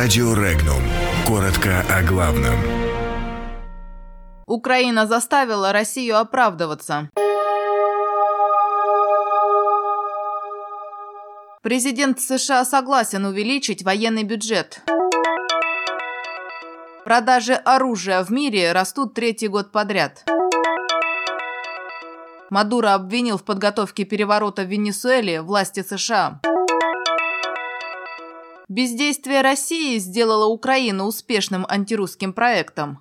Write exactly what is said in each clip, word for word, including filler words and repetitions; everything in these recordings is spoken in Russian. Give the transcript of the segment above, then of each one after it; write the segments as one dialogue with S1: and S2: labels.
S1: Радио Регнум. Коротко о главном.
S2: Украина заставила Россию оправдываться. Президент США согласен увеличить военный бюджет. Продажи оружия в мире растут третий год подряд. Мадуро обвинил в подготовке переворота в Венесуэле власти США. Бездействие России сделало Украину успешным антирусским проектом.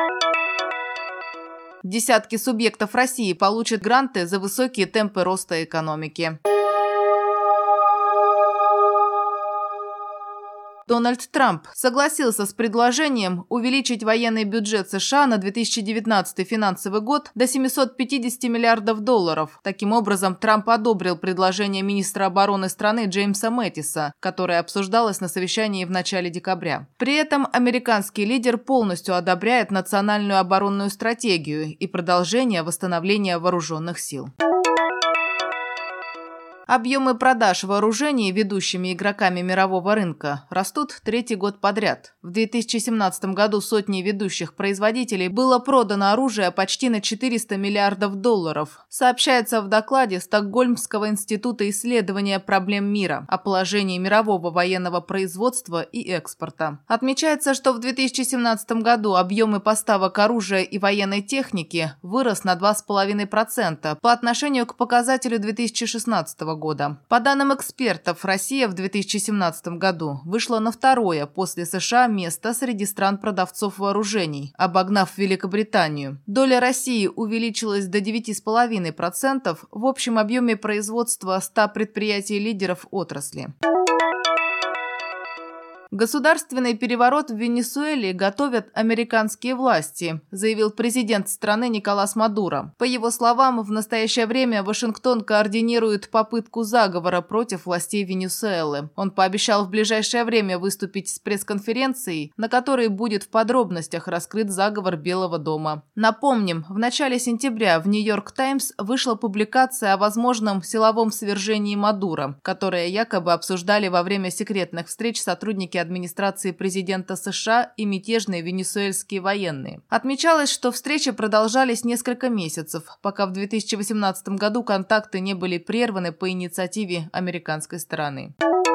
S2: Десятки субъектов России получат гранты за высокие темпы роста экономики. Дональд Трамп согласился с предложением увеличить военный бюджет США на две тысячи девятнадцатый финансовый год до семисот пятидесяти миллиардов долларов. Таким образом, Трамп одобрил предложение министра обороны страны Джеймса Мэттиса, которое обсуждалось на совещании в начале декабря. При этом американский лидер полностью одобряет национальную оборонную стратегию и продолжение восстановления вооруженных сил. Объемы продаж вооружений ведущими игроками мирового рынка растут третий год подряд. В две тысячи семнадцатом году сотни ведущих производителей было продано оружие почти на четыреста миллиардов долларов, сообщается в докладе Стокгольмского института исследования проблем мира о положении мирового военного производства и экспорта. Отмечается, что в две тысячи семнадцатом году объемы поставок оружия и военной техники вырос на два целых пять десятых процента по отношению к показателю две тысячи шестнадцатого года. года. По данным экспертов, Россия в две тысячи семнадцатом году вышла на второе после США место среди стран-продавцов вооружений, обогнав Великобританию. Доля России увеличилась до девяти целых пяти десятых процента в общем объеме производства ста предприятий-лидеров отрасли. Государственный переворот в Венесуэле готовят американские власти, заявил президент страны Николас Мадуро. По его словам, в настоящее время Вашингтон координирует попытку заговора против властей Венесуэлы. Он пообещал в ближайшее время выступить с пресс-конференцией, на которой будет в подробностях раскрыт заговор Белого дома. Напомним, в начале сентября в Нью-Йорк Таймс вышла публикация о возможном силовом свержении Мадуро, которое якобы обсуждали во время секретных встреч сотрудники администрации президента США и мятежные венесуэльские военные. Отмечалось, что встречи продолжались несколько месяцев, пока в две тысячи восемнадцатом году контакты не были прерваны по инициативе американской стороны.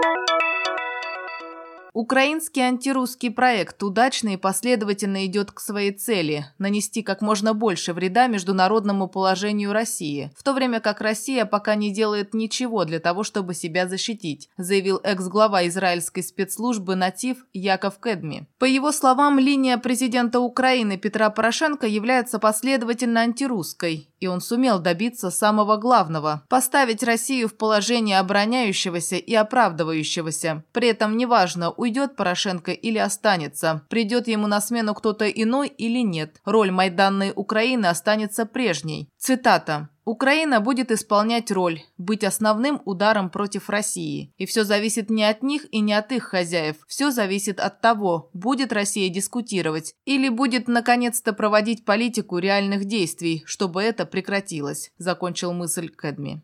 S2: Украинский антирусский проект удачно и последовательно идет к своей цели – нанести как можно больше вреда международному положению России, в то время как Россия пока не делает ничего для того, чтобы себя защитить, заявил экс-глава израильской спецслужбы «Натив» Яков Кедми. По его словам, линия президента Украины Петра Порошенко является последовательно антирусской, и он сумел добиться самого главного – поставить Россию в положение обороняющегося и оправдывающегося. При этом неважно, уйдет Порошенко или останется, придет ему на смену кто-то иной или нет. Роль майданной Украины останется прежней. Цитата. «Украина будет исполнять роль, быть основным ударом против России. И все зависит не от них и не от их хозяев. Все зависит от того, будет Россия дискутировать или будет наконец-то проводить политику реальных действий, чтобы это прекратилось», закончил мысль Кедми.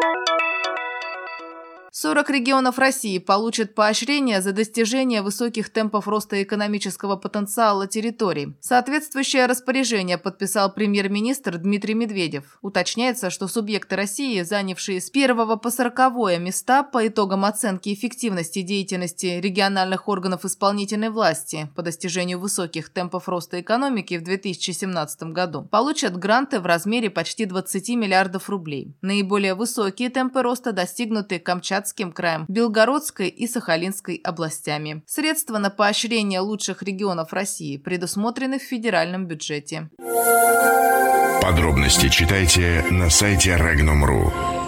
S2: сорок регионов России получат поощрение за достижение высоких темпов роста экономического потенциала территорий. Соответствующее распоряжение подписал премьер-министр Дмитрий Медведев. Уточняется, что субъекты России, занявшие с первого по сороковое места по итогам оценки эффективности деятельности региональных органов исполнительной власти по достижению высоких темпов роста экономики в две тысячи семнадцатом году, получат гранты в размере почти двадцати миллиардов рублей. Наиболее высокие темпы роста достигнуты Камчатским краем, Белгородской и Сахалинской областями. Средства на поощрение лучших регионов России предусмотрены в федеральном бюджете.
S1: Подробности читайте на сайте регнум точка ру.